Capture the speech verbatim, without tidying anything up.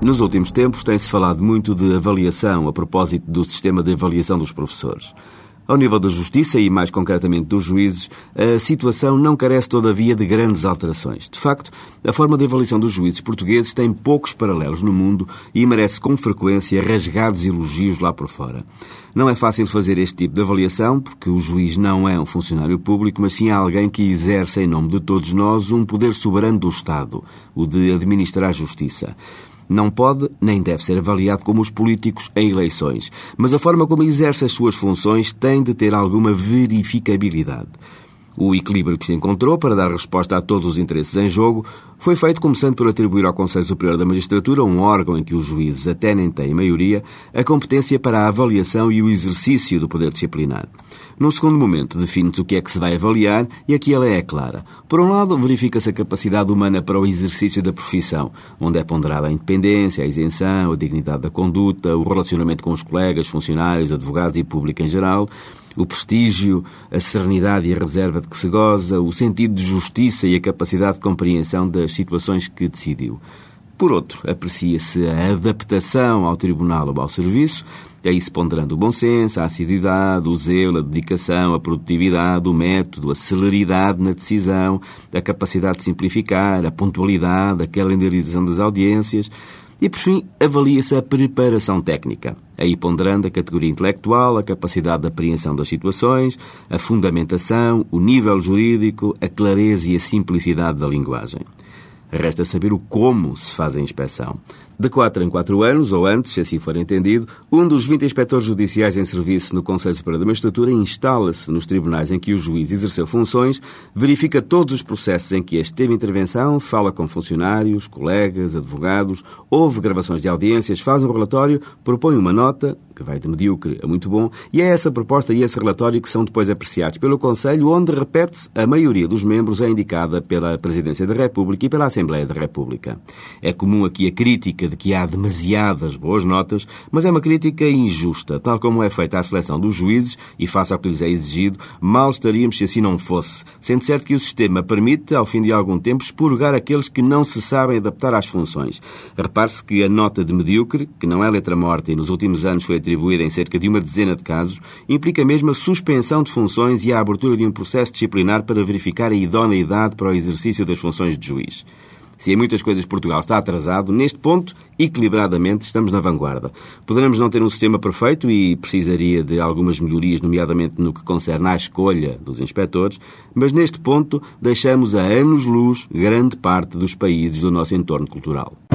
Nos últimos tempos tem-se falado muito de avaliação a propósito do sistema de avaliação dos professores. Ao nível da Justiça e, mais concretamente, dos juízes, a situação não carece, todavia, de grandes alterações. De facto, a forma de avaliação dos juízes portugueses tem poucos paralelos no mundo e merece, com frequência, rasgados elogios lá por fora. Não é fácil fazer este tipo de avaliação, porque o juiz não é um funcionário público, mas sim alguém que exerce, em nome de todos nós, um poder soberano do Estado, o de administrar a justiça. Não pode nem deve ser avaliado como os políticos em eleições, mas a forma como exerce as suas funções tem de ter alguma verificabilidade. O equilíbrio que se encontrou para dar resposta a todos os interesses em jogo foi feito começando por atribuir ao Conselho Superior da Magistratura, um órgão em que os juízes até nem têm maioria, a competência para a avaliação e o exercício do poder disciplinar. Num segundo momento, define-se o que é que se vai avaliar e aqui ela é clara. Por um lado, verifica-se a capacidade humana para o exercício da profissão, onde é ponderada a independência, a isenção, a dignidade da conduta, o relacionamento com os colegas, funcionários, advogados e público em geral, o prestígio, a serenidade e a reserva de que se goza, o sentido de justiça e a capacidade de compreensão das situações que decidiu. Por outro, aprecia-se a adaptação ao tribunal ou ao serviço, aí se ponderando o bom senso, a assiduidade, o zelo, a dedicação, a produtividade, o método, a celeridade na decisão, a capacidade de simplificar, a pontualidade, a calendarização das audiências. E, por fim, avalia-se a preparação técnica, aí ponderando a categoria intelectual, a capacidade de apreensão das situações, a fundamentação, o nível jurídico, a clareza e a simplicidade da linguagem. Resta saber o como se faz a inspeção. De quatro em quatro anos, ou antes, se assim for entendido, um dos vinte inspectores judiciais em serviço no Conselho Superior da Magistratura instala-se nos tribunais em que o juiz exerceu funções, verifica todos os processos em que este teve intervenção, fala com funcionários, colegas, advogados, ouve gravações de audiências, faz um relatório, propõe uma nota, que vai de medíocre a muito bom, e é essa proposta e esse relatório que são depois apreciados pelo Conselho, onde, repete-se, a maioria dos membros é indicada pela Presidência da República e pela Assembleia da República. É comum aqui a crítica de que há demasiadas boas notas, mas é uma crítica injusta, tal como é feita a seleção dos juízes, e face ao que lhes é exigido, mal estaríamos se assim não fosse, sendo certo que o sistema permite, ao fim de algum tempo, expurgar aqueles que não se sabem adaptar às funções. Repare-se que a nota de medíocre, que não é letra morta e nos últimos anos foi atribuída em cerca de uma dezena de casos, implica mesmo a suspensão de funções e a abertura de um processo disciplinar para verificar a idoneidade para o exercício das funções de juiz. Se em muitas coisas Portugal está atrasado, neste ponto, equilibradamente, estamos na vanguarda. Poderemos não ter um sistema perfeito e precisaria de algumas melhorias, nomeadamente no que concerne à escolha dos inspectores, mas neste ponto deixamos a anos-luz grande parte dos países do nosso entorno cultural.